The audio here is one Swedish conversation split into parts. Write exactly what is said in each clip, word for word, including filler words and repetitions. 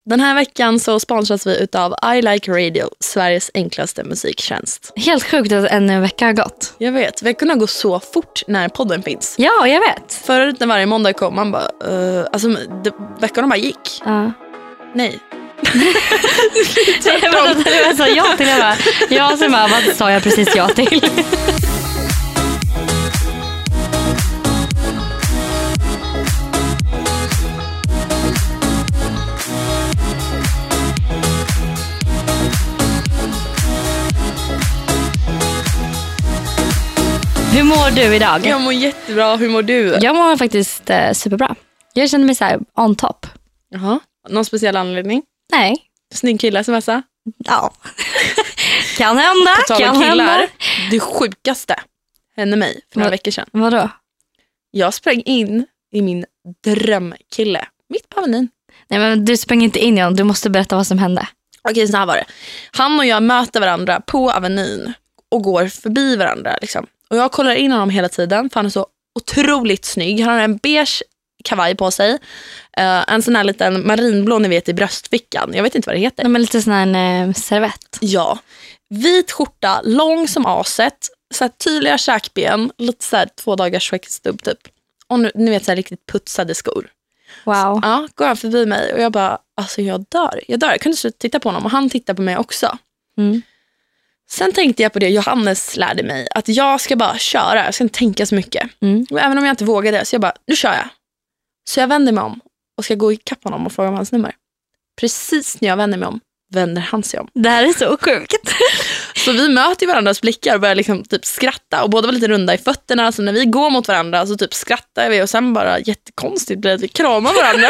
Den här veckan så sponsras vi utav I Like Radio, Sveriges enklaste musiktjänst. Helt sjukt att en vecka har gått. Jag vet, veckorna går så fort när podden finns. Ja, jag vet. Förut när varje måndag kom, man bara, uh, alltså det, veckorna bara gick. Ja. Nej. Jag bara, sa ja till det bara. Ja, så bara, vad sa jag precis ja till? Hur mår du idag? Jag mår jättebra, hur mår du? Jag mår faktiskt eh, superbra. Jag känner mig så här on top. Jaha, någon speciell anledning? Nej. Snygg kille som jag sa. Ja. Kan hända, På tal kan om killar, hända. det sjukaste hände mig för några Vad- veckor sedan. Vadå? Jag sprang in i min drömkille, mitt på Avenyn. Nej, men du sprang inte in i honom. Du måste berätta vad som hände. Okej, så här var det. Han och jag möter varandra på Avenyn och går förbi varandra liksom. Och jag kollar in honom hela tiden för han är så otroligt snygg. Han har en beige kavaj på sig. Uh, en sån här liten marinblå, ni vet, i bröstfickan. Jag vet inte vad det heter. De är lite sån här eh, servett. Ja. Vit skjorta, lång som aset. Så här tydliga käkben. Lite så här två dagars skäckstubb typ. Och nu, ni vet så här riktigt putsade skor. Wow. Ja, går han förbi mig och jag bara, alltså jag dör. Jag dör. Jag kunde sluta titta på honom och han tittar på mig också. Mm. Sen tänkte jag på det Johannes lärde mig. Att jag ska bara köra. Jag ska inte tänka så mycket. Mm. Och även om jag inte vågade. Så jag bara, nu kör jag. Så jag vänder mig om. Och ska gå ikapp honom och fråga om hans nummer. Precis när jag vänder mig om. Vänder han sig om. Det här är så sjukt. Så vi möter varandras blickar och börjar liksom typ skratta. Och båda var lite runda i fötterna. Så när vi går mot varandra så typ skrattar vi. Och sen bara jättekonstigt blir det att vi kramar varandra.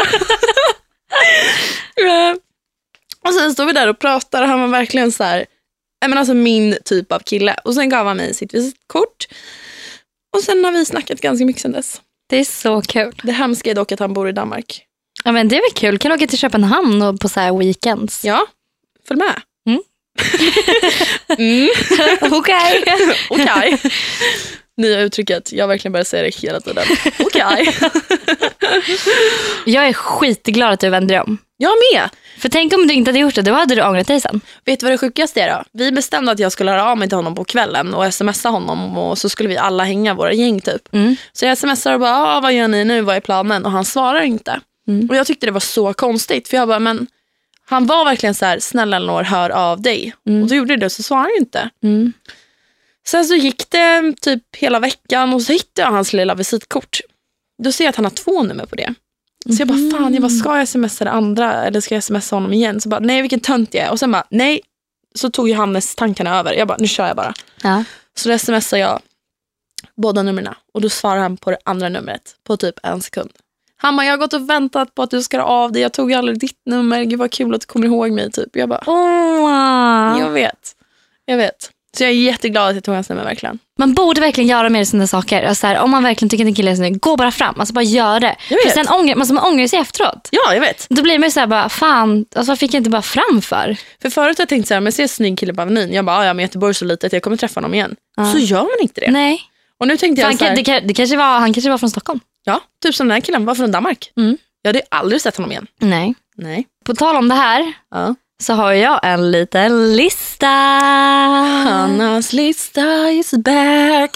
Och sen står vi där och pratar. Och han var verkligen så här... Men alltså min typ av kille. Och sen gav han mig sitt visitkort. Och sen har vi snackat ganska mycket sen dess. Det är så kul. Det hemska är dock att han bor i Danmark. Ja, men det är väl kul. Kan du åka till Köpenhamn och på så här weekends? Ja, följ med. Mm. mm. Okej. Okej. Nya uttrycket. Jag verkligen börjar säga det hela tiden. Okej. Jag är skitglad att du vänder om. Jag med. För tänk om du inte hade gjort det, då hade du ångrat dig sen. Vet du vad det sjukaste är då? Vi bestämde att jag skulle höra av mig till honom på kvällen och smsa honom och så skulle vi alla hänga, våra gäng typ. Mm. Så jag smsar och bara, ah, vad gör ni nu? Vad är planen? Och han svarar inte. Mm. Och jag tyckte det var så konstigt. För jag bara, men han var verkligen så här, snälla Elinor, hör av dig. Mm. Och då gjorde det, så svarade han inte. Mm. Sen så gick det typ hela veckan och så hittade jag hans lilla visitkort. Då ser jag att han har två nummer på det. Så jag bara, fan, jag bara, ska jag smsa det andra eller ska jag smsa honom igen? Så bara, nej, vilken tönt jag är. Och sen bara, nej. Så tog ju Hannes tankarna över. Jag bara, nu kör jag bara. Ja. Så då smsar jag båda numren. Och då svarar han på det andra numret på typ en sekund. Han bara, jag har gått och väntat på att du ska ha av dig. Jag tog ju aldrig ditt nummer. Gud vad kul att du kommer ihåg mig typ. Jag bara, Oh. jag vet. Jag vet. Så jag är jätteglad att jag tog hans nummer verkligen. Man borde verkligen göra mer sådana saker. Alltså här, om man verkligen tycker att en kille är snygg, gå bara fram. Alltså bara gör det. Jag För vet. sen ångrar man, man ångrar sig efteråt. Ja, jag vet. Då blir man ju så här bara, fan, alltså, vad fick jag inte bara fram för? För förut har jag tänkt så här, men ser snygg kille på Avenyn. Jag bara, ja men Göteborg är så litet, jag kommer träffa honom igen. Ja. Så gör man inte det. Nej. Och nu tänkte jag Han, så här, det, kan- det kanske var, han kanske var från Stockholm. ja, typ som den här killen var från Danmark. Mm. Jag hade aldrig sett honom igen. Nej. Nej. På tal om det här Ja. så har jag en liten lista. Hannas lista is back.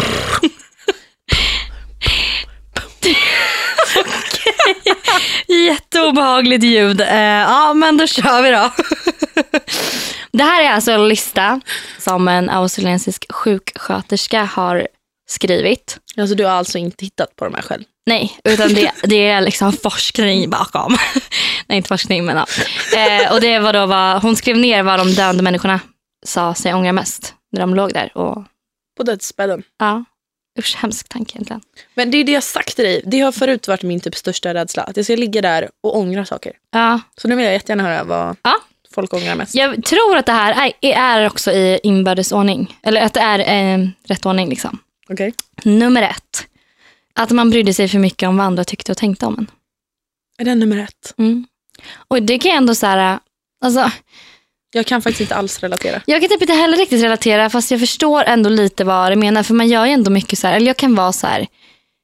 Jätteobehagligt ljud. Eh, ja, men då kör vi då. Det här är alltså en lista som en australiensisk sjuksköterska har skrivit. Alltså du har alltså inte hittat på de här själv? Nej, utan det, det är liksom forskning bakom. Nej, inte forskning, men ja. Eh, och det var då vad hon skrev ner vad de döende människorna sa sig ångra mest när de låg där. Och, På dödsbädden. ja, usch, hemsk tanke egentligen. Men det är det jag sagt till dig. Det har förut varit min typ största rädsla. Att jag ska ligga där och ångra saker. Ja, Så nu vill jag jättegärna höra vad ja. folk ångrar mest. Jag tror att det här är, är också i inbördesordning. Eller att det är eh, rätt ordning liksom. Okej. Nummer ett. Att man brydde sig för mycket om vad andra tyckte och tänkte om en. Är det nummer ett? Mm. Och det kan jag ändå så här, alltså, Jag kan faktiskt inte alls relatera. jag kan typ inte heller riktigt relatera, fast jag förstår ändå lite vad det menar. För man gör ju ändå mycket så här, eller jag kan vara så här,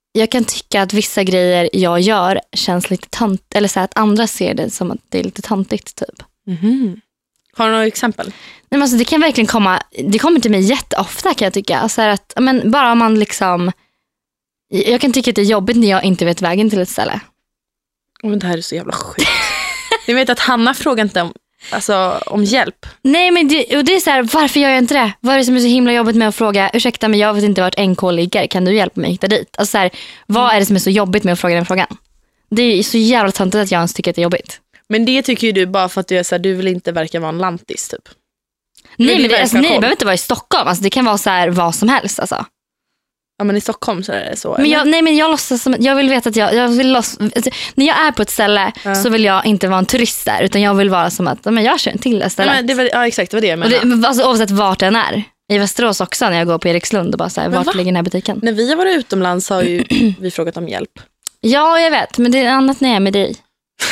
jag kan tycka att vissa grejer jag gör känns lite tant, eller så här, att andra ser det som att det är lite tantigt typ. Mm-hmm. Har du några exempel? Nej, men alltså, det kan verkligen komma, det kommer till mig jätteofta kan jag tycka. Alltså att, men bara om man liksom, jag kan tycka att det är jobbigt när jag inte vet vägen till ett ställe. Men det här är så jävla sjukt. Jag vet att Hanna frågar inte om, alltså, om hjälp. Nej, men det, och det är så här, varför gör jag inte det? Vad är det som är så himla jobbigt med att fråga, ursäkta men jag vet inte vart N K ligger, kan du hjälpa mig hitta dit? Alltså så här, vad är det som är så jobbigt med att fråga den frågan? Det är så jävla töntigt att jag ens tycker att det är jobbigt. Men det tycker ju du bara för att du är så här, du vill inte verka vara en lantis typ. Nej, men det, alltså, nej, det behöver inte vara i Stockholm. Alltså, det kan vara så här, vad som helst. Alltså. Ja, men i Stockholm så är det så. Men jag, nej, men jag låtsas som, jag vill veta att jag, jag vill loss, alltså, när jag är på ett ställe ja. så vill jag inte vara en turist där. Utan jag vill vara som att men jag kör till det stället. Ja, men det var, ja, exakt, det var det jag menade. Och det, alltså, oavsett vart den är. I Västerås också när jag går på Erikslund och bara så här, vart va? ligger den här butiken? När vi har varit utomlands har ju vi frågat om hjälp. Ja, jag vet. Men det är annat när jag är med dig.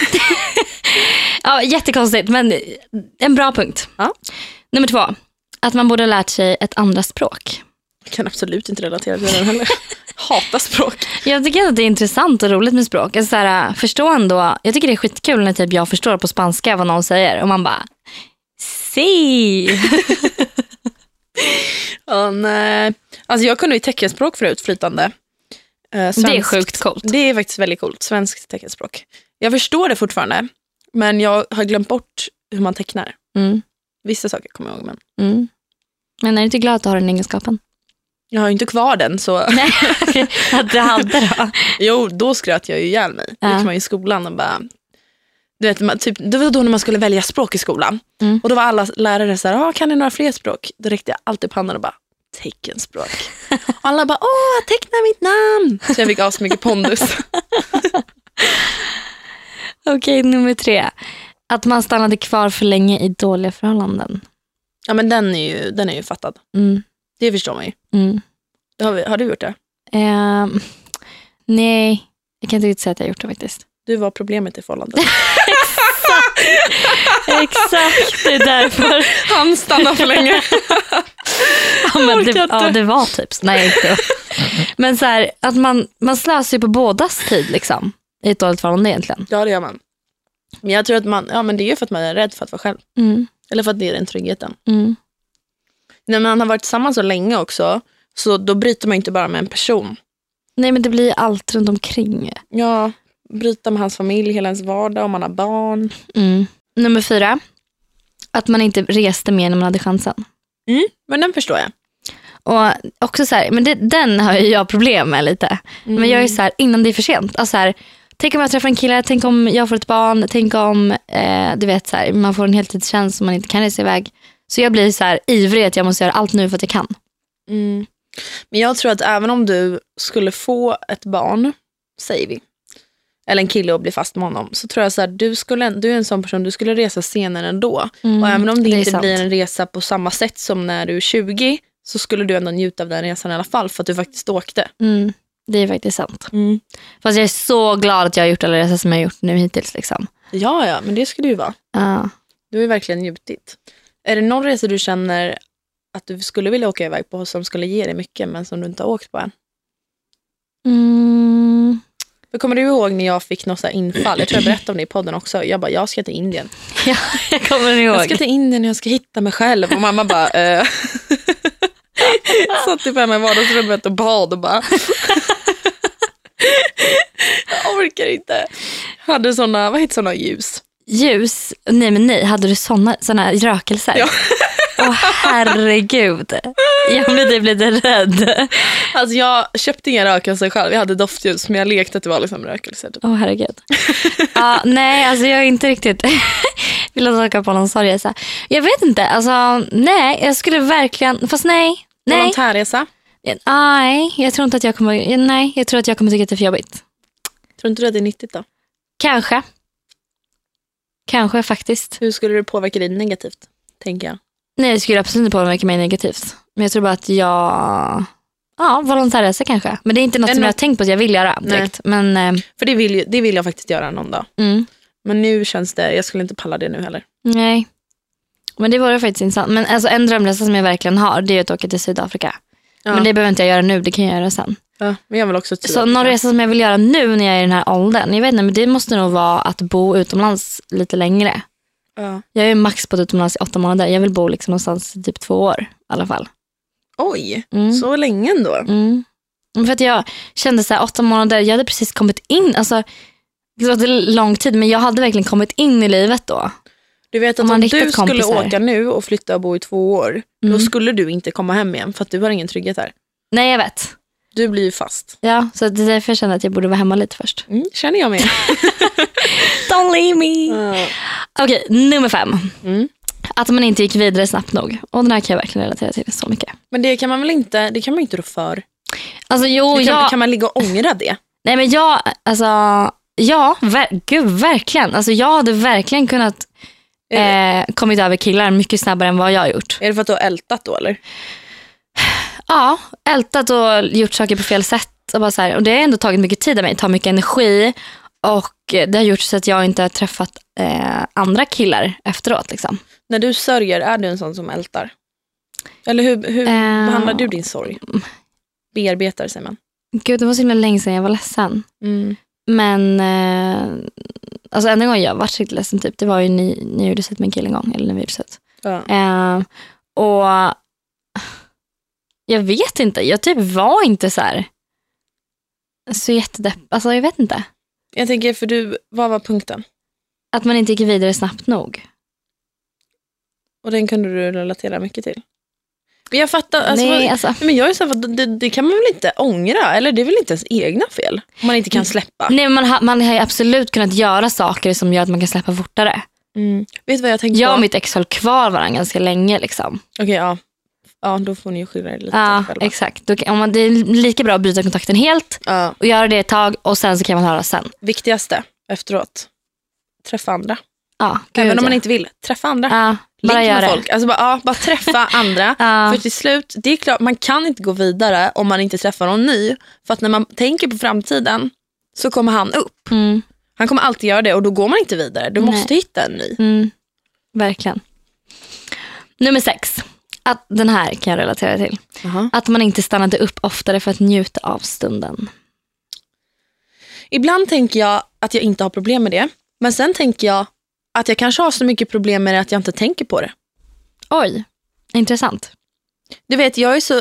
Ja, jättekonstigt, men en bra punkt. Ja. Nummer två. Att man borde ha lärt sig ett andra språk. Jag kan absolut inte relatera till den heller. Hata språk. Jag tycker att det är intressant och roligt med språk. Alltså, så här, förstå ändå. Jag tycker det är skitkul när typ jag förstår på spanska vad någon säger. Och man bara, si. Ja, nej. Alltså jag kunde ju teckenspråk förut, flytande. Uh, det är sjukt coolt. Det är faktiskt väldigt coolt, svenskt teckenspråk. Jag förstår det fortfarande. Men jag har glömt bort hur man tecknar. Mm. Vissa saker kommer jag ihåg. Men, mm. men är du inte glad att du har den egenskapen? Jag har ju inte kvar den. Så... Nej, att du hade då. Jo, då skröt jag ju ihjäl mig. Ja. Då gick man i skolan och bara... Du vet, man, typ, det var då när man skulle välja språk i skolan. Mm. Och då var alla lärare så här, ah, kan ni några fler språk? Då räckte jag alltid upp handen och bara, teckenspråk. Och alla bara, åh, teckna mitt namn. Så jag fick av så mycket pondus. Okej, nummer tre. Att man stannade kvar för länge i dåliga förhållanden. Ja, men den är ju, den är ju fattad. Mm. Det förstår man ju. Mm. Har, vi, har du gjort det? Uh, nej, jag kan inte riktigt säga att jag har gjort det faktiskt. Du var problemet i förhållandet. Exakt. Exakt, det är därför. Han stannar för länge. Ja, men det, ja, det var typ. Nej, inte. Men så här, att man, man slösar ju på bådas tid liksom. I ett dåligt förhållande egentligen. Ja, det gör man. Men jag tror att man, ja men det är ju för att man är rädd för att vara själv. Mm. Eller för att det är den tryggheten. Mm. När man har varit tillsammans så länge också, så då bryter man inte bara med en person. Nej, men det blir allt runt omkring. Ja, bryta med hans familj, hela ens vardag, om man har barn. Mm. Nummer fyra. Att man inte reste mer när man hade chansen. Mm, men den förstår jag. Och också så här, men det, den har ju jag problem med lite. Mm. Men jag är så här, innan det är för sent. Alltså så här, tänk om jag träffar en kille, tänk om jag får ett barn, tänk om eh, du vet så här, man får en heltidstjänst som man inte kan resa iväg. Så jag blir så här ivrig att jag måste göra allt nu för att jag kan. Mm. Men jag tror att även om du skulle få ett barn, säger vi, eller en kille och bli fast med honom, så tror jag så här, du, skulle, du är en sån person, du skulle resa senare ändå. Mm, och även om det, det inte blir en resa på samma sätt som när du är tjugo, så skulle du ändå njuta av den resan i alla fall, för att du faktiskt åkte. Mm, det är faktiskt sant. Mm. Fast jag är så glad att jag har gjort alla resor som jag har gjort nu hittills. Liksom. Ja, ja, men det skulle ju vara. Uh. Du har ju verkligen njutit. Är det någon resa du känner att du skulle vilja åka iväg på som skulle ge dig mycket, men som du inte har åkt på än? Mm. För kommer du ihåg när jag fick något så här infall? Jag tror jag berättade om det i podden också. Jag bara, jag ska till Indien. Ja, jag kommer ihåg. Jag ska till Indien och jag ska hitta mig själv. Och mamma bara... Eh. Satt typ hemma i vardagsrummet och bad och bara... Jag orkar inte. Hade såna, vad heter såna ljus? Ljus? Nej, men nej. Hade du såna, såna rökelser? Ja. Åh, herregud. Jag blev typ lite rädd. Alltså jag köpte inga rökelser själv. Jag hade doftljus, men jag lekte att det var liksom rökelser. Åh, herregud. uh, nej, alltså jag är inte riktigt... vill jag söka på någon sorgresa. Jag vet inte, alltså nej, jag skulle verkligen... Fast nej. nej. Volontärresa? Nej, jag tror inte att jag kommer... Nej, jag tror att jag kommer tycka att det är för jobbigt. Tror inte du att det är nyttigt då? Kanske. Kanske faktiskt. Hur skulle det påverka dig negativt, tänker jag? Nej, det skulle absolut inte påverka mig negativt. Men jag tror bara att jag... Ja, volontärresa kanske. Men det är inte något en som jag har tänkt på att jag vill göra direkt. Men, eh... För det vill, det vill jag faktiskt göra någon dag. Mm. Men nu känns det... Jag skulle inte palla det nu heller. Nej. Men det var det faktiskt intressant. Men alltså, en drömresa som jag verkligen har, det är att åka till Sydafrika. Ja. Men det behöver inte jag göra nu, det kan jag göra sen. Ja, men jag vill också Så någon resa som jag vill göra nu när jag är i den här åldern, jag vet inte, men det måste nog vara att bo utomlands lite längre. Ja. Jag är max på utomlands i åtta månader. Jag vill bo liksom någonstans i typ två år i alla fall. Oj, Mm. så länge ändå. Mm. För att jag kände så här, åtta månader, jag hade precis kommit in, alltså det var lång tid, men jag hade verkligen kommit in i livet då. Du vet att Om om, man du riktigt skulle kompisar. åka nu och flytta och bo i två år, Mm. då skulle du inte komma hem igen för att du har ingen trygghet här. Nej, jag vet. Du blir ju fast. Ja, så det är därför jag kände att jag borde vara hemma lite först. Mm, känner jag med. Don't leave me. Ja. Okej, nummer fem. Mm. Att man inte gick vidare snabbt nog. Och den här kan jag verkligen relatera till så mycket. Men det kan man väl inte, det kan man ju inte rå för. Alltså jo, Det kan, jag... kan man ligga och ångra det? Nej men jag, alltså, ja, ver- gud verkligen. Alltså jag hade verkligen kunnat eh, kommit över killar mycket snabbare än vad jag har gjort. Är det för att du har ältat då eller? Ja, ältat och gjort saker på fel sätt. Och, bara så här, och det har ändå tagit mycket tid av mig, tar mycket energi. Och det har gjort så att jag inte har träffat eh, andra killar efteråt. Liksom. När du sörjer, är du en sån som ältar? Eller hur, hur Eh. behandlar du din sorg? Bearbetar säger man. Gud, det var så himla länge sedan jag var ledsen. Mm. Men eh, alltså enda gången jag var riktigt ledsen typ, det var ju ni, ni gjorde sett med en kille en gång. Eller när vi gjorde sett. Ja. Eh, och jag vet inte, jag typ var inte så här så jättedepp, alltså jag vet inte. Jag tänker, för du, vad var punkten? Att man inte gick vidare snabbt nog. Och den kunde du relatera mycket till. Men jag fattar, alltså, Nej, vad- alltså. men jag är så här, det, det kan man väl inte ångra? Eller det är väl inte ens egna fel? Om man inte kan släppa. Nej, men man, ha, man har ju absolut kunnat göra saker som gör att man kan släppa fortare. Mm. Vet du vad jag tänkte Jag och på? mitt ex höll kvar varandra ganska länge liksom. Okej, ja. Ja, då får ni ju skylla er lite Ja, själva. exakt. Då, kan- om man, det är lika bra att bryta kontakten helt Ja. och göra det ett tag och sen så kan man höra sen. Viktigaste efteråt. Träffa andra. Ja, gud, Även om man ja. inte vill. Träffa andra. Ja, bara Ligg göra med det. folk. Alltså bara, ja, bara träffa andra. Ja. För till slut, det är klart, man kan inte gå vidare om man inte träffar någon ny. För att när man tänker på framtiden så kommer han upp. Mm, Han kommer alltid göra det och då går man inte vidare. Du Nej. måste hitta en ny. mm, verkligen. Nummer sex. Att, den här kan jag relatera till. Jaha. Att man inte stannade upp oftare för att njuta av stunden. Ibland tänker jag att jag inte har problem med det. Men sen tänker jag att jag kanske har så mycket problem med det att jag inte tänker på det. Oj, intressant. Du vet, jag är så...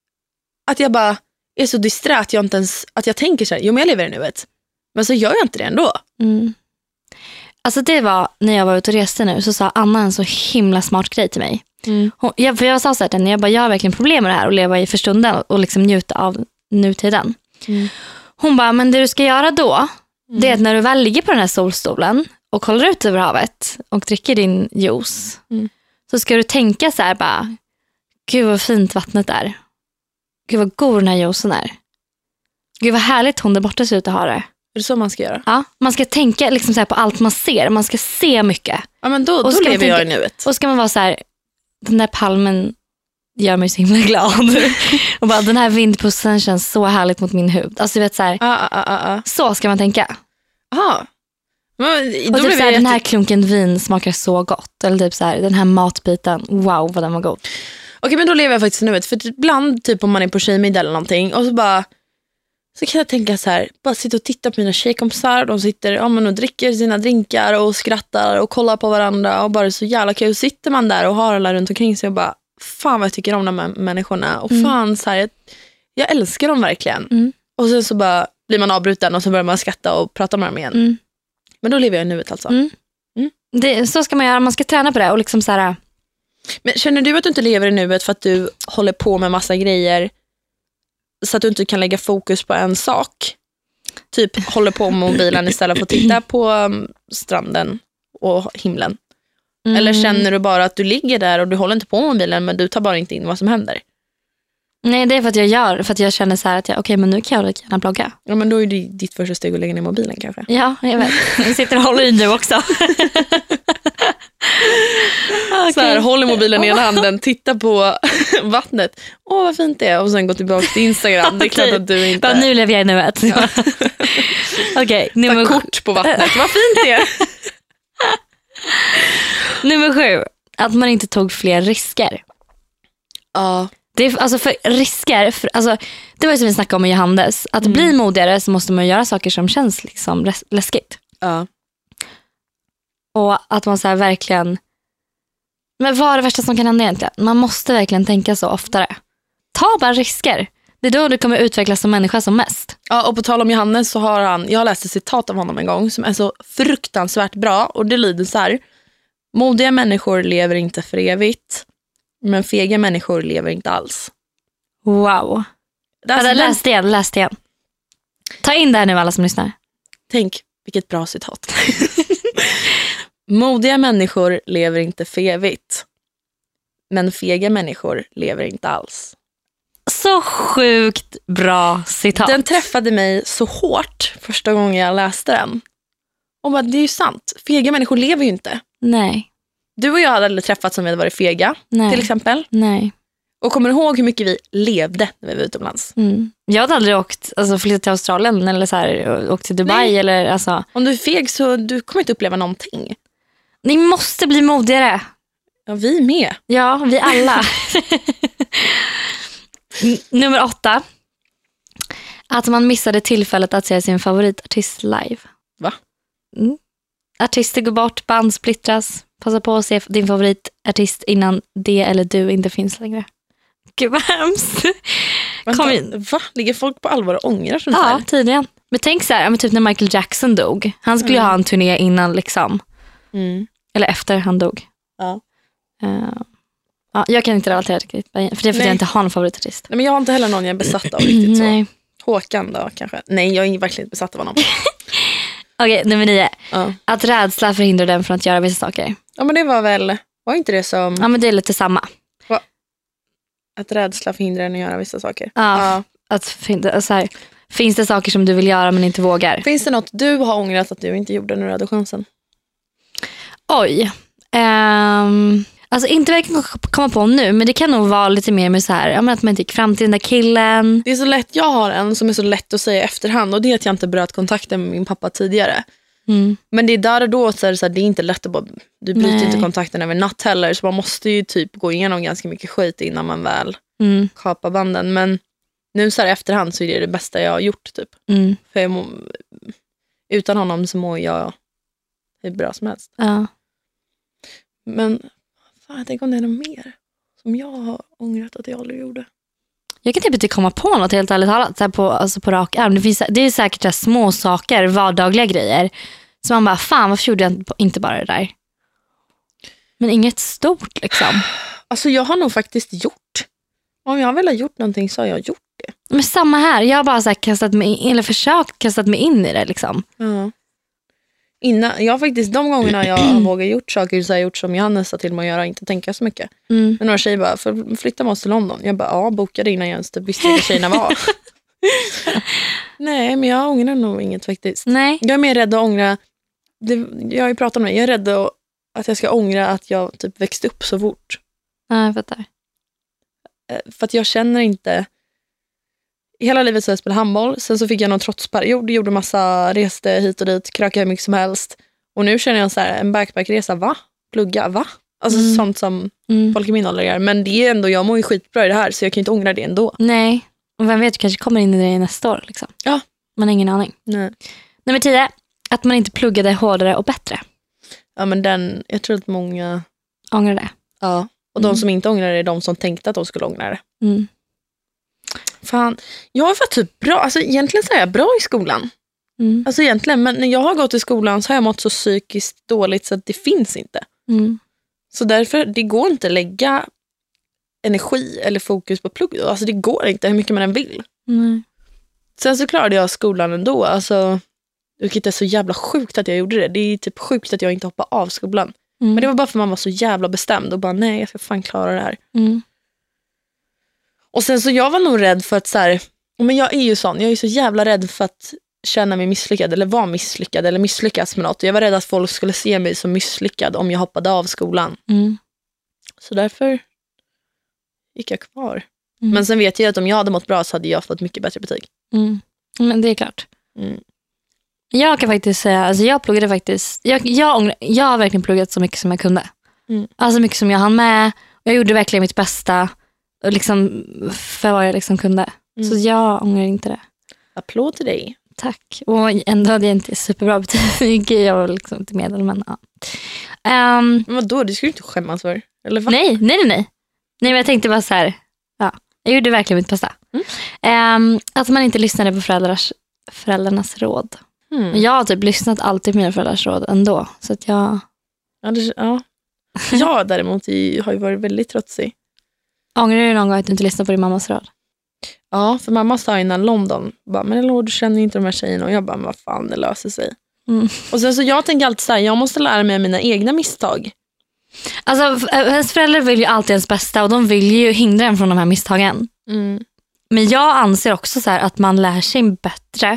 Att jag bara är så disträ att jag inte ens... Att jag tänker så här, jo men jag lever i nuet. Men så gör jag inte det ändå. Mm. Alltså det var, när jag var ute och reste nu så sa Anna en så himla smart grej till mig. Mm. Hon, jag, för jag sa så här till henne, jag bara, jag har verkligen problem med det här och leva i för stunden och liksom njuta av nutiden. Mm. Hon bara, men det du ska göra då, det är att när du väl ligger på den här solstolen och kollar ut över havet och dricker din juice, Mm. så ska du tänka så här bara, gud vad fint vattnet är. Gud vad god den här juicen är. Gud vad härligt hon där borta ser ut att ha det. Är det så man ska göra? Ja, man ska tänka liksom så här på allt man ser. Man ska se mycket. Ja, men då, Och då ska man lever jag i tänka- nuet. Och ska man vara så här, den där palmen gör mig så himla glad. Och bara, den här vindpussen känns så härligt mot min hud. Alltså du vet så här, Ah, ah, ah, ah. så ska man tänka. Aha. Men, Och då typ blev så här, jag den här jätte... klunken vin smakar så gott. Eller typ så här, den här matbiten, wow vad den var god. Okej, men då lever jag faktiskt i nuet. För ibland, typ om man är på tjejmiddag eller någonting, och så bara... Så kan jag tänka så här, bara sitta och titta på mina tjejkompisar. De sitter ja, men, och dricker sina drinkar och skrattar och kollar på varandra. Och bara så jävla kul. Sitter man där och har alla runt omkring sig och bara, fan vad jag tycker om de här människorna. Och Mm. fan så här, jag, jag älskar dem verkligen. Mm. Och sen så bara blir man avbruten och så börjar man skratta och prata med dem igen. Mm. Men då lever jag i nuet alltså. Mm. Mm. Det, så ska man göra, man ska träna på det. Och liksom så här, Men känner du att du inte lever i nuet för att du håller på med massa grejer så att du inte kan lägga fokus på en sak? Typ håller på med mobilen istället för att titta på um, stranden och himlen. mm, Eller känner du bara att du ligger där och du håller inte på med mobilen men du tar bara inte in vad som händer? Nej, det är för att jag gör. För att jag känner så här att jag, okej men nu kan jag lika gärna blogga. Ja, men då är det ditt första steg att lägga ner mobilen kanske. Ja, jag vet. Jag sitter och håller i nu också. Så här, håller mobilen i ena handen, titta på vattnet. Åh, vad fint det är. Och sen gå tillbaka till Instagram. Det är klart att du inte... Bara, nu lever jag i nuet. Ja. Okej, Ta nummer, sju- kort på vattnet. Vad fint det är. nummer sju. Att man inte tog fler risker. Ja. Det är, alltså för risker, för, alltså, det var ju som vi snackade om med Johannes. Att mm. bli modigare så måste man göra saker som känns liksom läs- läskigt. Ja. Och att man så här verkligen... Men vad är det värsta som kan hända egentligen? Man måste verkligen tänka så oftare. Ta bara risker. Det är då du kommer utvecklas som människa som mest. Ja, och på tal om Johannes så har han... Jag läste ett citat av honom en gång som är så fruktansvärt bra. Och det lyder så här. Modiga människor lever inte för evigt. Men fega människor lever inte alls. Wow. Alltså, ja, läs det igen, läs det igen. Ta in det här nu alla som lyssnar. Tänk, vilket bra citat. Modiga människor lever inte för evigt. Men fega människor lever inte alls. Så sjukt bra citat. Den träffade mig så hårt första gången jag läste den. Och bara, det är ju sant. Fega människor lever ju inte. Nej. Du och jag hade aldrig träffats som vi hade varit fega. Nej. Till exempel. Nej. Och kommer du ihåg hur mycket vi levde när vi var utomlands? Mm. Jag hade aldrig åkt, alltså flyttat till Australien eller så här, åkt till Dubai. Nej. Eller, alltså. Om du är feg så du kommer inte uppleva någonting. Ni måste bli modigare. Ja, vi med. Ja, vi alla. N- nummer åtta. Att man missade tillfället att se sin favoritartist live. Va? Mm. Artister går bort, band splittras. Passa på att se din favoritartist innan det eller du inte finns längre. Gud vad hemskt. Kom in. Va? Ligger folk på allvar och ångrar sånt ja, här? Ja, tydligen. Men tänk så här, typ när Michael Jackson dog. Han skulle mm. ha en turné innan liksom. Mm. Eller efter han dog. Ja. Uh, ja, jag kan inte relatera till det. För det är för att Nej. jag inte har en favoritartist. Nej, men jag har inte heller någon jag är besatt av riktigt så. Nej. Håkan då kanske. Nej, jag är verkligen inte besatt av honom. Okej, okay, nummer nio. Ja. Att rädsla förhindrar den från att göra vissa saker. Ja, men det var väl... Var inte det som... Ja, men det är lite samma. Va? Att rädsla förhindrar en att göra vissa saker. Ja, ja. Att fin- så här, finns det saker som du vill göra men inte vågar? Finns det något du har ångrat att du inte gjorde när du hade chansen? Oj. Um, alltså inte verkligen komma på nu, men det kan nog vara lite mer med så här, ja, men att man inte gick fram till den där killen. Det är så lätt, jag har en som är så lätt att säga i efterhand och det är att jag inte bröt kontakten med min pappa tidigare. Mm. Men det är där och då så är det, så här, det är inte lätt att bara, du bryter Nej. inte kontakten över natt heller, så man måste ju typ gå igenom ganska mycket skit innan man väl mm. kapar banden. Men nu så här i efterhand så är det det bästa jag har gjort typ. Mm. För jag må, utan honom så mår jag hur bra som helst. Ja. Men fan, jag tänker om det är något mer som jag har ångrat att jag aldrig gjorde. Jag kan typ inte komma på något helt ärligt talat så här på, alltså på rak arm. Det, finns, det är säkert så här små saker, vardagliga grejer. Så man bara, fan varför gjorde jag inte bara det där? Men inget stort liksom. Alltså jag har nog faktiskt gjort. Om jag väl har gjort någonting så har jag gjort det. Men samma här, jag har bara så här kastat mig in, eller försökt kastat mig in i det liksom. Ja. Innan, jag har faktiskt de gångerna jag har vågat gjort saker så har jag gjort som Johannes sa till mig att göra, inte tänka så mycket. Mm. Men några tjejer bara, för flytta med oss till London. Jag bara, ja, bokade innan jag ens typ visste vilka tjejerna var. Nej, men jag ångrar nog inget faktiskt. Nej. Jag är mer rädd att ångra, det, jag har ju pratat om det, jag är rädd att, att jag ska ångra att jag typ växte upp så fort. Ja, jag fattar. För att jag känner inte, hela livet så har jag spelat handboll, sen så fick jag någon trotsperiod, gjorde massa, reste hit och dit, krökade hur mycket som helst. Och nu känner jag så här, en backpackresa, va? Plugga, va? Alltså mm. sånt som mm. folk i min ålder gör. Men det är ändå, jag mår ju skitbra i det här, så jag kan inte ångra det ändå. Nej, och vem vet, du kanske kommer in i det nästa år liksom. Ja. Man har ingen aning. Nej. Nummer tio, att man inte pluggade hårdare och bättre. Ja, men den, jag tror att många ångrar det. Ja, och mm. de som inte ångrar det är de som tänkte att de skulle ångra det. Mm. Fan, jag har varit typ bra, alltså egentligen så är jag bra i skolan. Mm. Alltså egentligen, men när jag har gått i skolan så har jag mått så psykiskt dåligt så att det finns inte. Mm. Så därför, det går inte att lägga energi eller fokus på plugg. Alltså det går inte hur mycket man än vill. Mm. Sen så klarade jag skolan ändå. Alltså, vilket är så jävla sjukt att jag gjorde det. Det är typ sjukt att jag inte hoppade av skolan. Mm. Men det var bara för att man var så jävla bestämd och bara, nej, jag ska fan klara det här. Mm. Och sen så jag var nog rädd för att så här, men jag är ju sån, jag är så jävla rädd för att känna mig misslyckad eller vara misslyckad eller misslyckas med något. Jag var rädd att folk skulle se mig som misslyckad om jag hoppade av skolan. Mm. Så därför gick jag kvar. Mm. Men sen vet jag att om jag hade mått bra så hade jag fått mycket bättre betyg. Mm. Men det är klart. Mm. Jag kan faktiskt säga, alltså jag pluggade faktiskt, jag, jag, ångrar, jag har verkligen pluggat så mycket som jag kunde. Mm. Alltså mycket som jag hann med. Jag gjorde verkligen mitt bästa. liksom, för vad jag liksom kunde. Mm. Så jag ångrar inte det. Applåd till dig. Tack. Och ändå hade jag inte superbra betyg. Jag var liksom inte medel, men ja. Um, Men vadå, det skulle du inte skämmas för? Eller va? nej, nej, nej, nej. Nej, men jag tänkte bara så här. Ja, jag gjorde verkligen mitt bästa. Mm. Um, att man inte lyssnade på föräldrars, föräldrarnas råd. Mm. Jag har typ lyssnat alltid på mina föräldrars råd ändå. Så att jag... Ja, det, ja. Jag däremot har ju varit väldigt trotsig. Ångrar du någon gång att du inte lyssnade på din mammas råd? Ja, för mamma sa innan London, bara, men Lord, du känner inte de här tjejerna. Och jag bara, men vad fan, det löser sig. Mm. Och sen så jag tänker alltid så här, jag måste lära mig mina egna misstag. Alltså, ens föräldrar vill ju alltid ens bästa och de vill ju hindra en från de här misstagen. Mm. Men jag anser också så här att man lär sig bättre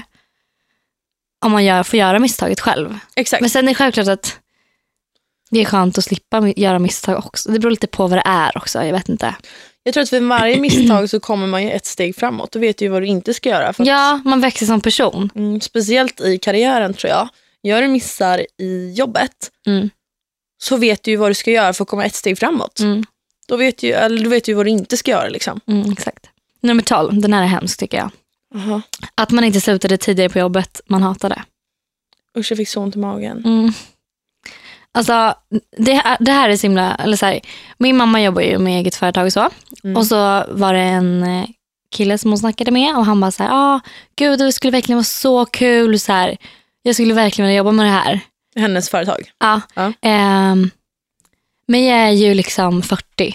om man gör, får göra misstaget själv. Exakt. Men sen är det självklart att det är skönt att slippa göra misstag också. Det beror lite på vad det är också, jag vet inte. Jag tror att för varje misstag så kommer man ju ett steg framåt. Du vet ju vad du inte ska göra. För att, ja, man växer som person. Mm, speciellt i karriären tror jag. Gör du missar i jobbet mm. så vet du ju vad du ska göra för att komma ett steg framåt. Mm. Då vet du, eller du vet ju vad du inte ska göra. Liksom. Mm, exakt. Nummer tolv, den här är hemsk tycker jag. Uh-huh. Att man inte slutade tidigare på jobbet man hatade. Usch, jag fick så ont i magen. Mm. Alltså, det, det här är så himla, eller så här, min mamma jobbar ju med eget företag och så. Mm. Och så var det en kille som hon snackade med och han bara så här, ah, gud, det skulle verkligen vara så kul så här. Jag skulle verkligen vilja jobba med det här. Hennes företag? Ja. ja. Eh, men jag är ju liksom fyrtio.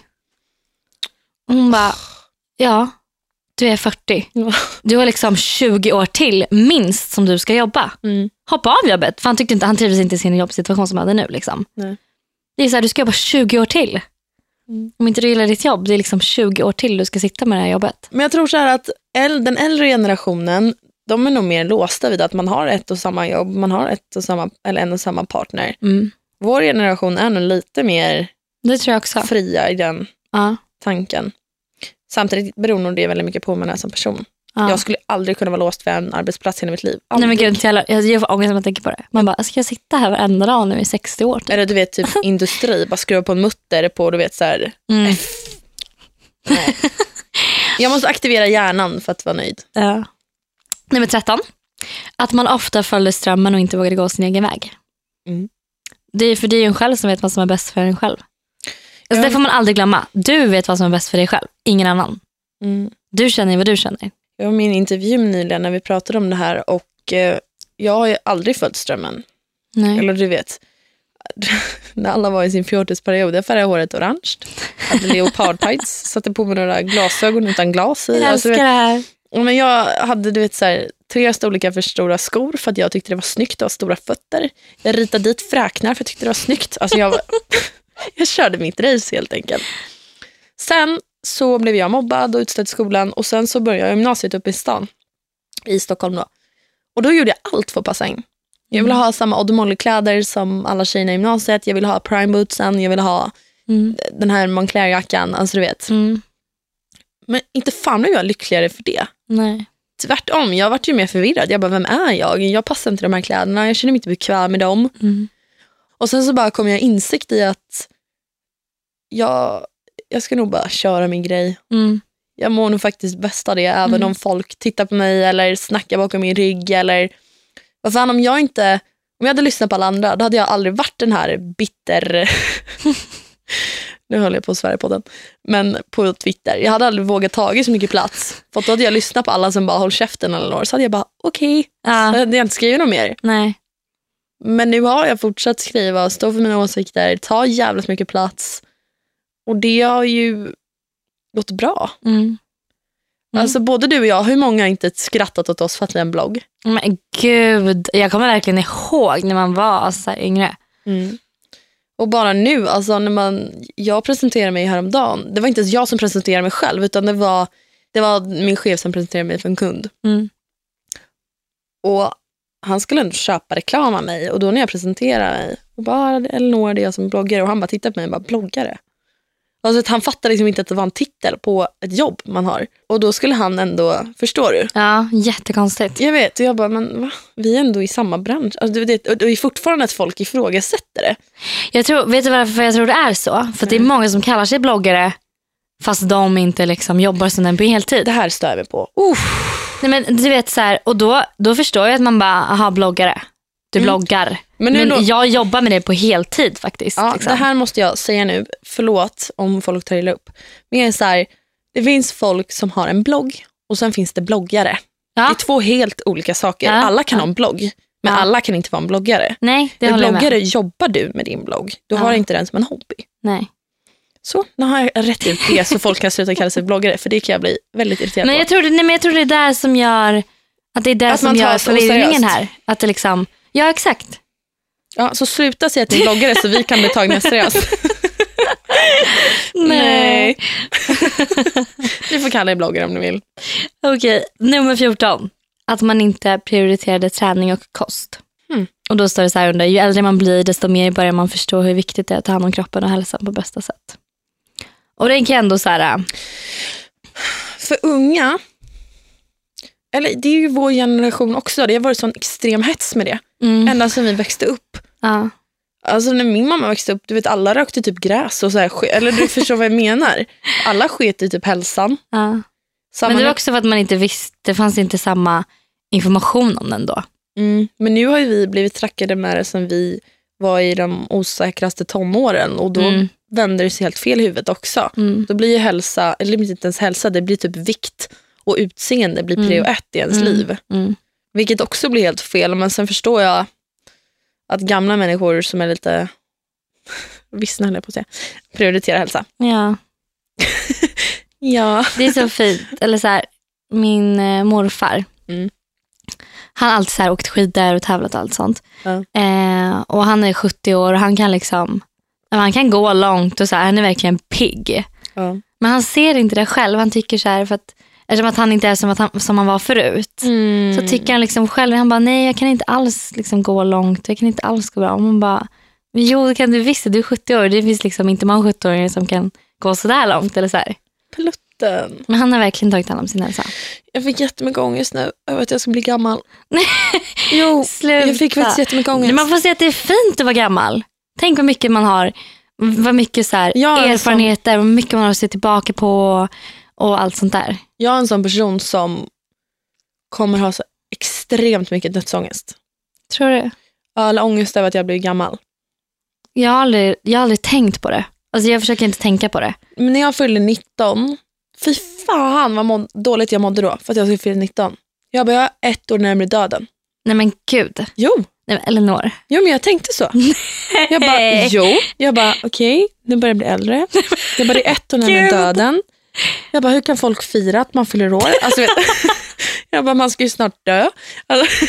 Och hon bara, ja, du är fyrtio. Du har liksom tjugo år till minst som du ska jobba. Mm. Hoppa av jobbet. För han tyckte inte, han trivdes inte i sin jobbsituation som han hade nu. Liksom. Nej. Det är så här, du ska jobba tjugo år till. Mm. Om inte du gillar ditt jobb, det är liksom tjugo år till du ska sitta med det här jobbet. Men jag tror så här att äl- den äldre generationen, de är nog mer låsta vid att man har ett och samma jobb, man har ett och samma, eller en och samma partner. Mm. Vår generation är nog lite mer det tror jag också. Fria i den ja. tanken. Samtidigt beror nog det väldigt mycket på mig som person. Ja. Jag skulle aldrig kunna vara låst för en arbetsplats i mitt liv. Aldrig. Nej men gud, jag, jag, jag får ångest när man tänker på det. Man bara, ska jag sitta här varenda dag nu i sextio år? Typ? Eller du vet, typ industri, bara skruva på en mutter på, du vet så här. Mm. Nej. Jag måste aktivera hjärnan för att vara nöjd. Ja. Nummer tretton. Att man ofta följer strömmen och inte vågar gå sin egen väg. Mm. Det är för det är ju en själv som vet vad som är bäst för en själv. Alltså, ja. Det får man aldrig glömma. Du vet vad som är bäst för dig själv. Ingen annan. Mm. Du känner vad du känner. Jag var min intervju nyligen när vi pratade om det här. Och eh, jag har ju aldrig följt strömmen. Nej. Eller du vet. När alla var i sin fjortisperiod. Jag färgade håret orange. Hade leopardtights. Satte på mig några glasögon utan glas i. Jag älskar alltså, det här. Men jag hade du vet så här, tre storlekar för stora skor för att jag tyckte det var snyggt att ha stora fötter. Jag ritade dit fräknar för jag tyckte det var snyggt. Alltså jag, jag körde mitt race helt enkelt. Sen så blev jag mobbad och utstött i skolan och sen så började jag gymnasiet uppe i stan i Stockholm då. Och då gjorde jag allt för att passa in. Jag ville ha samma Odd Molly-kläder som alla tjejerna i gymnasiet. Jag ville ha prime bootsen, jag ville ha mm. den här Moncler-jackan, alltså du vet. Mm. Men inte fan är jag lyckligare för det. Nej. Tvärtom, jag varit ju mer förvirrad. Jag bara, vem är jag? Jag passar inte de här kläderna. Jag känner mig inte bekväm med dem. Mm. Och sen så bara kom jag insikt i att jag, jag ska nog bara köra min grej. Mm. Jag mår nog faktiskt bäst av det. Även mm. om folk tittar på mig eller snackar bakom min rygg. Eller vad fan, om jag inte om jag hade lyssnat på alla andra, då hade jag aldrig varit den här bitter... Nu höll jag på att svära på den. Men på Twitter. Jag hade aldrig vågat ta så mycket plats. För då hade jag lyssnat på alla som bara håll käften eller något. Så hade jag bara, okej. Okay. Ja. Så hade jag inte skrivit något mer. Nej. Men nu har jag fortsatt skriva. Stå för mina åsikter. Ta jävligt mycket plats. Och det har ju gått bra. Mm. Mm. Alltså både du och jag, hur många har inte skrattat åt oss för att vi är en blogg? Men gud, jag kommer verkligen ihåg när man var alltså, så här yngre. Mm. Och bara nu, alltså när man, jag presenterade mig häromdagen. Det var inte ens jag som presenterade mig själv, utan det var, det var min chef som presenterade mig för en kund. Mm. Och han skulle ändå köpa reklam av mig. Och då när jag presenterade mig, och bara, Elinor, det är jag som bloggare. Och han bara tittade på mig och bara, bloggare? Alltså att han fattade liksom inte att det var en titel på ett jobb man har. Och då skulle han ändå, förstår du? Ja, jättekonstigt. Jag vet, och jag bara, men va? Vi är ändå i samma bransch. Alltså, det, och det är fortfarande att folk ifrågasätter det. Jag tror, vet du varför jag tror det är så? För att det är många som kallar sig bloggare fast de inte liksom jobbar som den på heltid. Det här stör jag mig på. Uh. Nej, men du vet så här, och då, då förstår jag att man bara, aha, bloggare. Du mm. bloggar. Men, men då, jag jobbar med det på heltid faktiskt. Ja, liksom. Det här måste jag säga nu. Förlåt om folk tar illa upp. Men jag är så här, det finns folk som har en blogg och sen finns det bloggare. Ja. Det är två helt olika saker. Ja. Alla kan ja. ha en blogg, men ja. alla kan inte vara en bloggare. Nej, det men håller bloggare jag med. Jobbar du med din blogg. Du ja. har inte den som en hobby. Nej. Så, nu har jag rätt ut det så folk kan sluta kalla sig bloggare. För det kan jag bli väldigt irriterad men jag på. Tror, nej, men jag tror det är där som gör att det är där att som gör förvirringen här. Att det liksom, ja exakt. Ja, så sluta säga att ni är bloggare så vi kan bli tagna seriöst. Nej. Ni får kalla er bloggare om ni vill. Okej, nummer fjorton. Att man inte prioriterade träning och kost. Mm. Och då står det så här under, ju äldre man blir desto mer börjar man förstå hur viktigt det är att ta hand om kroppen och hälsan på bästa sätt. Och det kan ändå så här... För unga, eller det är ju vår generation också, det har varit sån extrem hets med det. Mm. Ända sedan vi växte upp. Ja. Alltså när min mamma växte upp, du vet alla rökte typ gräs och så här, eller du förstår vad jag menar. Alla sket i typ hälsan. Ja. Men det var också för att man inte visste, det fanns inte samma information om den då. Mm. Men nu har ju vi blivit trackade med det som vi var i de osäkraste tonåren och då mm. vänder det sig helt fel i huvudet också. Mm. Då blir ju hälsa, eller inte ens hälsa, det blir typ vikt och utseende blir prio ett i ens mm. liv. Mm. Vilket också blir helt fel, men sen förstår jag att gamla människor som är lite vissna höll jag på att säga, prioriterar hälsa. Ja. Ja. Det är så fint. Eller så här, min eh, morfar. Mm. Han har alltid så här åkt skidor och tävlat och allt sånt. Ja. Eh, och han är sjuttio år och han kan liksom han kan gå långt och så här, han är verkligen pigg. Ja. Men han ser inte det själv. Han tycker så här, för att eftersom att han inte är som, att han, som han var förut. Mm. Så tycker han liksom själv, han bara, nej jag kan inte alls liksom gå långt. Jag kan inte alls gå bra. Och man bara, jo det kan du visst, du är sjuttio år. Det finns liksom inte många sjuttio-åringar som kan gå så där långt eller så här. Plutten. Men han har verkligen tagit hand om sin hälsa. Jag fick jättemycket ångest nu över att jag ska bli gammal. Jo, sluta. Jag fick faktiskt jättemycket ångest. Man får säga att det är fint att vara gammal. Tänk vad mycket man har, vad mycket så här ja, erfarenheter, vad mycket man har att se tillbaka på och allt sånt där. Jag är en sån person som kommer ha så extremt mycket dödsångest. Tror du? Ja, eller ångest över att jag blir gammal. Jag har aldrig, jag har aldrig tänkt på det. Alltså jag försöker inte tänka på det. Men när jag fyllde nitton, fy fan vad må- dåligt jag mådde då för att jag skulle fylla nitton. Jag bara, jag är ett år närmare döden. Nej men gud. Jo. Nej men Eleanor. Jo men jag tänkte så. Jag bara, jo. Jag bara, okej, okay, nu börjar jag bli äldre. Jag bara, det är ett år närmare döden. Jag bara, hur kan folk fira att man fyller år? Alltså, vet, jag bara, man ska ju snart dö. Alltså,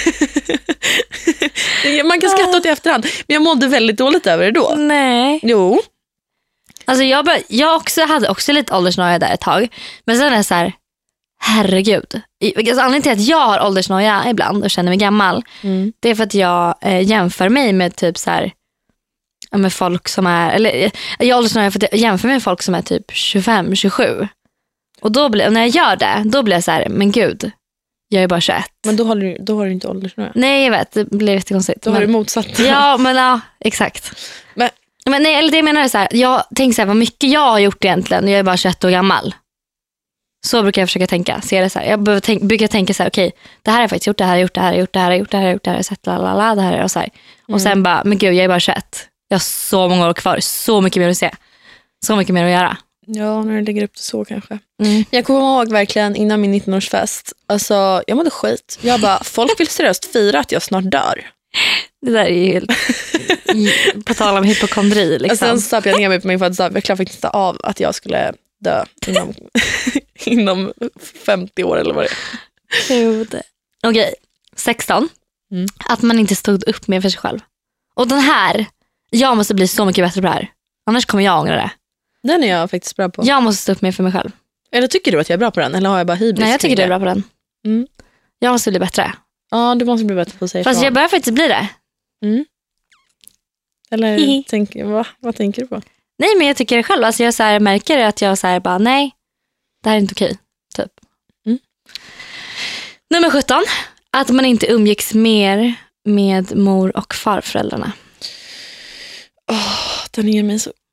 man kan skratta åt i efterhand. Men jag mådde väldigt dåligt över det då. Nej. Jo. Alltså jag, bara, jag också hade också lite åldersnoja där ett tag. Men sen är det så här, herregud. Alltså, anledningen till att jag har åldersnoja ibland och känner mig gammal. Mm. Det är för att jag eh, jämför mig med typ så här, med folk som är, eller jag åldersnoja för att jag jämför mig med folk som är typ tjugofem tjugosju. Och då blir, och när jag gör det, då blir jag så här, men gud, jag är bara tjugoett. Men då har du, då har du inte åldersnoja. Nej, jag vet, det blir jättekonstigt. Då men, har du motsatt. Ja, men ja, exakt. Men, men nej, eller det jag menar är så här, jag tänker så här, vad mycket jag har gjort egentligen, och jag är bara tjugoett år gammal. Så brukar jag försöka tänka, se det så här. Jag tänk, brukar tänka så här, okej, okay, det här har jag faktiskt gjort, det här har jag gjort, det här har jag gjort, det här har jag gjort, det här har jag gjort, det här har jag sett, lalala, det här är och så här. Och mm. sen bara, men gud, jag är bara tjugoett. Jag har så många år kvar, så mycket mer att se. Så mycket mer att göra. Ja, när du lägger upp det så kanske. Mm. Jag kommer ihåg verkligen innan min nittonårsfest. Alltså, jag mådde skit. Jag bara, folk vill seriöst fira att jag snart dör. Det där är ju helt på tal om hypokondri. Liksom. Och sen satt jag ner mig på min födelsedag. Jag klarade faktiskt inte av att jag skulle dö inom, inom femtio år eller vad det är. Okej, okay. sexton. Mm. Att man inte stod upp med för sig själv. Och den här, jag måste bli så mycket bättre på det här. Annars kommer jag ångra det. Den är jag faktiskt bra på. Jag måste stå upp med för mig själv. Eller tycker du att jag är bra på den? Eller har jag bara hybris? Nej, jag tycker du är bra på den. Mm. Jag måste bli bättre. Ja, du måste bli bättre på att säga Fast ifrån. Jag börjar faktiskt bli det. Mm. Eller tänk, vad, vad tänker du på? Nej, men jag tycker det själv. Alltså jag så här, märker att jag så här, bara, nej, det här är inte okej. Typ. Mm. Nummer sjutton. Att man inte umgicks mer med mor- och farföräldrarna. Oh, den ger mig så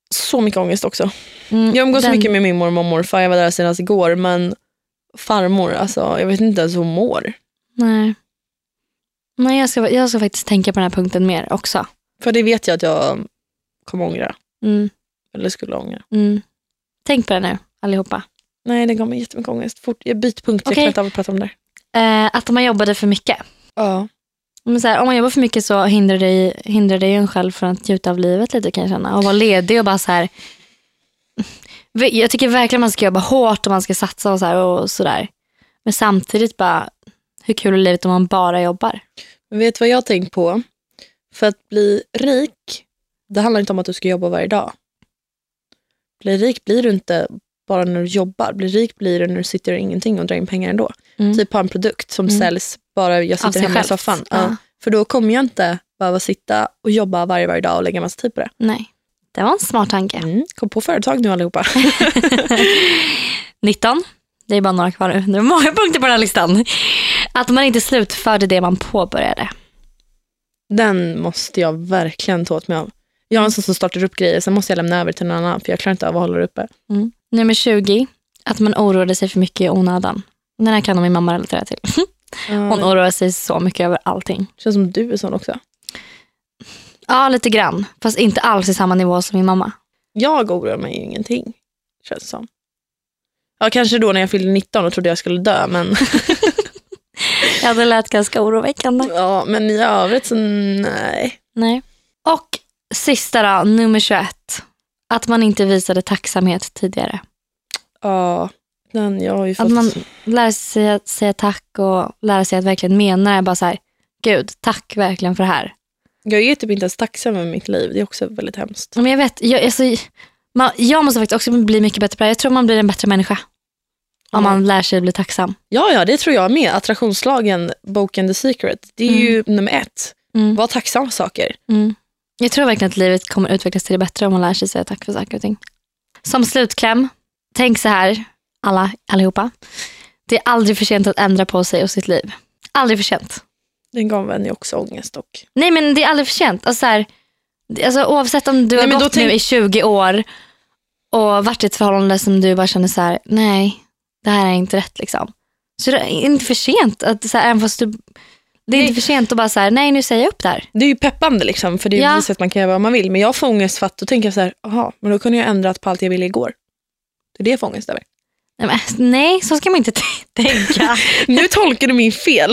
så mycket ångest också. Mm, Jag umgås den... så mycket med min mormor och morfar. Jag var där senast igår. Men farmor, alltså jag vet inte ens hur hon mår. Nej. Nej, jag ska, jag ska faktiskt tänka på den här punkten mer också. För det vet jag att jag kommer ångra. Mm. Eller skulle ångra. Mm. Tänk på det nu, allihopa. Nej, det gav mig jättemycket ångest. Fort, jag byter punkt, jag Okej. kan inte av att prata om det. Eh, att om man jobbade för mycket. Ja. Men så här, om man jobbar för mycket så hindrar det, hindrar det ju en själv från att njuta av livet lite, kan jag känna. Och vara ledig och bara så här. Jag tycker verkligen man ska jobba hårt och man ska satsa och så här och sådär. Men samtidigt bara, hur kul är livet om man bara jobbar? Men vet du vad jag har tänkt på? För att bli rik, det handlar inte om att du ska jobba varje dag. Bli rik blir du inte bara när du jobbar. Bli rik blir du när du sitter och ingenting och drar in pengar ändå. Mm. Typ på en produkt som Mm. säljs bara jag Av sitter sig hemma i själv. soffan. Ja. Ja. För då kommer jag inte behöva sitta och jobba varje, varje dag och lägga massa tid på det. Nej, det var en smart tanke. Mm. Kom på företag nu allihopa. nitton. Det är bara några kvar nu. Det är många punkter på den här listan. Att man inte slutförde det man påbörjade. Den måste jag verkligen ta åt mig av. Jag är en sån som startar upp grejer, sen måste jag lämna över till någon annan för jag klarar inte av att hålla det uppe. Mm. Nummer tjugo. Att man oroade sig för mycket i onödan. Den här kan min mamma relatera till. Hon Ja, oroar sig så mycket över allting. det känns som du är sån också. Ja, lite grann. Fast inte alls i samma nivå som min mamma. Jag oroar mig ju ingenting, känns det som. Ja, kanske då när jag fyllde nitton och trodde jag skulle dö, men... Ja, det lät ganska oroväckande. ja, men i övrigt så nej. Nej. Och sista då, nummer tjugoett. Att man inte visade tacksamhet tidigare. Ja, den jag har ju fått... Att man lär sig att säga tack och lär sig att verkligen mena det. Bara så här, Gud, tack verkligen för det här. Jag är typ inte ens tacksam med mitt liv. Det är också väldigt hemskt. Men jag vet, jag, alltså, man, jag måste faktiskt också bli mycket bättre på det här. Jag tror man blir en bättre människa. Om Ja. man lär sig att bli tacksam. Ja, ja, det tror jag med. Attraktionslagen, boken The Secret, det är Mm. ju nummer ett. Mm. Var tacksam för saker. Mm. Jag tror verkligen att livet kommer utvecklas till det bättre om man lär sig säga tack för saker och ting. Som slutkläm, tänk så här, alla, allihopa. Det är aldrig för sent att ändra på sig och sitt liv. Aldrig för sent. Den gav en ju också ångest och... Nej, men det är aldrig för sent. Alltså, så här, det- alltså, oavsett om du Nej, har men då gått nu tänk- i tjugo år och varit i ett förhållande som du bara känner så här, nej, det här är inte rätt liksom. Så det är inte för sent att så här, även fast du, det är Nej. inte för sent att bara så här, nej, nu säger jag upp där. Det är ju peppande liksom, för det är Ja. ju så att man kan göra vad man vill. Men jag får ångest för att då tänker jag så här, aha, men då kunde jag ändrat på allt jag ville igår. Det är det jag får ångest över. Nej, men, nej, så ska man inte t- tänka. Nu tolkar du min fel.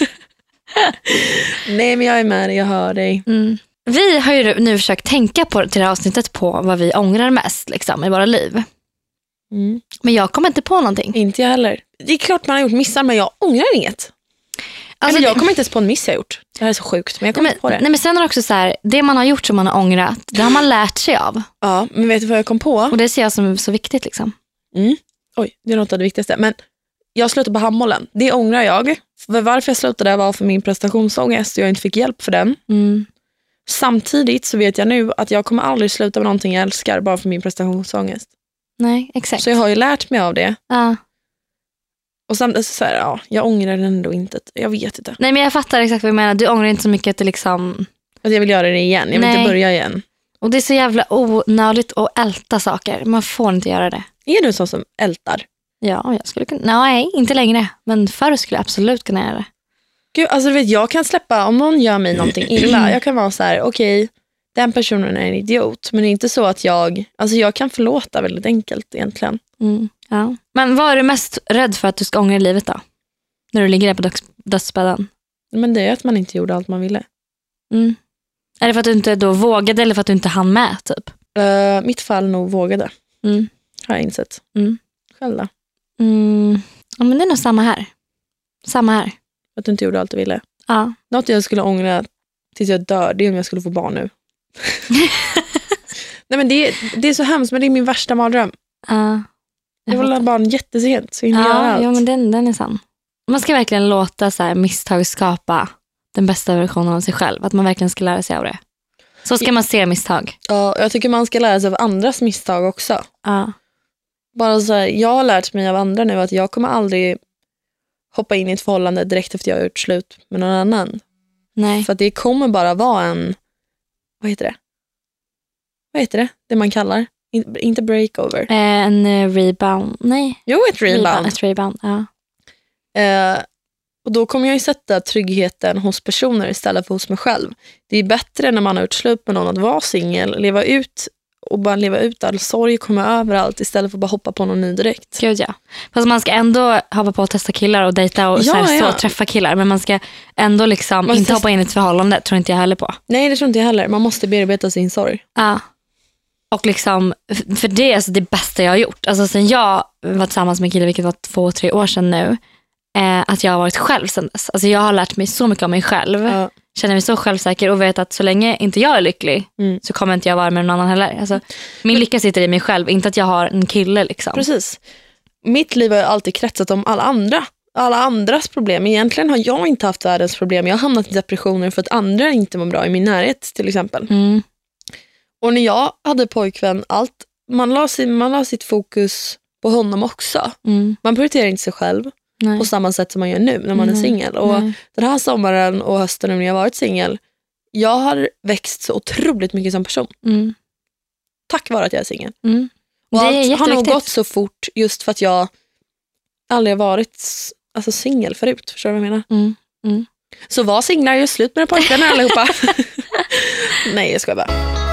Nej, men jag är med dig, jag hör dig. Mm. Vi har ju nu försökt tänka på, till det här avsnittet på vad vi ångrar mest liksom, i våra liv. Mm. Men jag kommer inte på någonting. Inte jag heller. Det är klart man har gjort missar, men jag ångrar inget. Alltså, Eller jag det- kommer inte ens på en miss jag gjort. Det här är så sjukt, men jag kommer nej, inte på men, det. nej, men sen är det också så här, det man har gjort som man har ångrat, det har man lärt sig av. Ja, men vet du vad jag kom på? Och det ser jag som så viktigt liksom. Mm. Oj, det är något av det viktigaste. Men jag slutade på handbollen. Det ångrar jag. För varför jag slutade var för min prestationsångest och jag inte fick hjälp för den. Mm. Samtidigt så vet jag nu att jag kommer aldrig sluta med någonting jag älskar bara för min prestationsångest. Nej, exakt. Så jag har ju lärt mig av det. Ja. Och samtidigt så här, ja, jag ångrar det ändå inte. Jag vet inte. Nej, men jag fattar exakt vad du menar. Du ångrar inte så mycket att det liksom... Att jag vill göra det igen. Jag vill Nej. inte börja igen. Och det är så jävla onödigt att älta saker. Man får inte göra det. Är du så som ältar? Ja, jag skulle kunna... Nej, inte längre. Men förr skulle jag absolut kunna göra det. Gud, alltså du vet, jag kan släppa om någon gör mig någonting illa. Jag kan vara så här, okej, den personen är en idiot. Men det är inte så att jag, alltså jag kan förlåta väldigt enkelt egentligen. Mm. Ja. Men vad är du mest rädd för att du ska ångra i livet då? När du ligger där på döds- dödsbädden. Men det är att man inte gjorde allt man ville. Mm. Är det för att du inte då vågade eller för att du inte hann med typ? Uh, mitt fall nog vågade, Mm. har jag insett. Mm. Själv då? Mm. Ja, men det är nog samma här. Samma här. Att du inte gjorde allt du ville. Ja. Något jag skulle ångra tills jag dör, det är om jag skulle få barn nu. Nej, men det, är- det är så hemskt, men det är min värsta mardröm. Ja. Jag vill ha barn jättesent så jag hinner göra Ja, allt. ja, men den, den är sann. Man ska verkligen låta så här misstag skapa den bästa versionen av sig själv. Att man verkligen ska lära sig av det. Så ska man se misstag. Ja, jag tycker man ska lära sig av andras misstag också. Ja. Bara så här, jag har lärt mig av andra nu att jag kommer aldrig hoppa in i ett förhållande direkt efter jag har gjort slut med någon annan. Nej. För att det kommer bara vara en, vad heter det? vad heter det? Det man kallar, In, inte breakover. Eh, en uh, rebound, nej. Jo, ett rebound. rebound. Ett rebound, ja. Eh, och då kommer jag ju sätta tryggheten hos personer istället för hos mig själv. Det är bättre när man har gjort slut med någon att vara singel, leva ut och bara leva ut all sorg, komma överallt istället för att bara hoppa på någon ny direkt. Gud ja. Fast man ska ändå hoppa på att testa killar och dejta och Ja, så, här, ja. så träffa killar. Men man ska ändå liksom Man inte ska- hoppa in i ett förhållande, tror inte jag heller på. Nej, det tror inte jag heller. Man måste bearbeta sin sorg. Ja. Och liksom, f- för det är alltså det bästa jag har gjort. Alltså sen jag var tillsammans med en kille, vilket var två, tre år sedan nu, eh, att jag har varit själv sedan dess. Alltså jag har lärt mig så mycket om mig själv. Ja. Känner mig så självsäker och vet att så länge inte jag är lycklig Mm. så kommer inte jag vara med någon annan heller. Alltså, min lycka sitter i mig själv, inte att jag har en kille liksom. Precis. Mitt liv har ju alltid kretsat om alla andra. Alla andras problem. Egentligen har jag inte haft världens problem. Jag har hamnat i depressioner för att andra inte var bra i min närhet till exempel. Mm. Och när jag hade pojkvän, allt, man la, sin, man la sitt fokus på honom också. Mm. Man prioriterar inte sig själv Nej. på samma sätt som man gör nu när man är Nej. singel. Och Nej. den här sommaren och hösten när jag har varit singel, jag har växt så otroligt mycket som person. Mm. Tack vare att jag är singel. Mm. Och Det är allt har nog jätteviktigt. gått så fort just för att jag aldrig har varit alltså, singel förut. Förstår du vad jag menar? Mm. Mm. Så var singlar, gör slut med pojkarna allihopa. Nej, jag ska bara.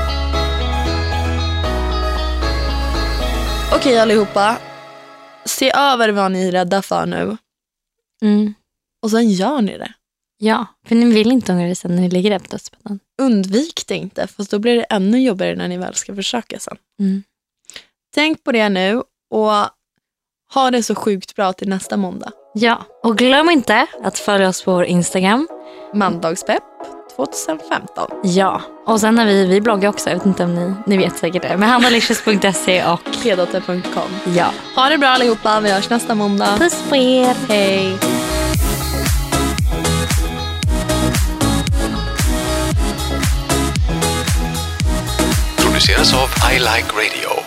Okej allihopa. Se över vad ni är rädda för nu. Mm. Och sen gör ni det. Ja, för ni vill inte ångra det sen när ni ligger där på dödsbädden. Undvik det inte, för då blir det ännu jobbigare när ni väl ska försöka sen. Mm. Tänk på det nu och ha det så sjukt bra till nästa måndag. Ja, och glöm inte att följa oss på vår Instagram. Mandagspepp tjugohundrafemton. Ja, och sen har vi, vi bloggar också, jag vet inte om ni, ni vet säkert det. Men handalicious punkt se och Predator punkt com. ja. Ha det bra allihopa, vi hörs nästa måndag. Puss på er. Hej! Produceras av I Like Radio.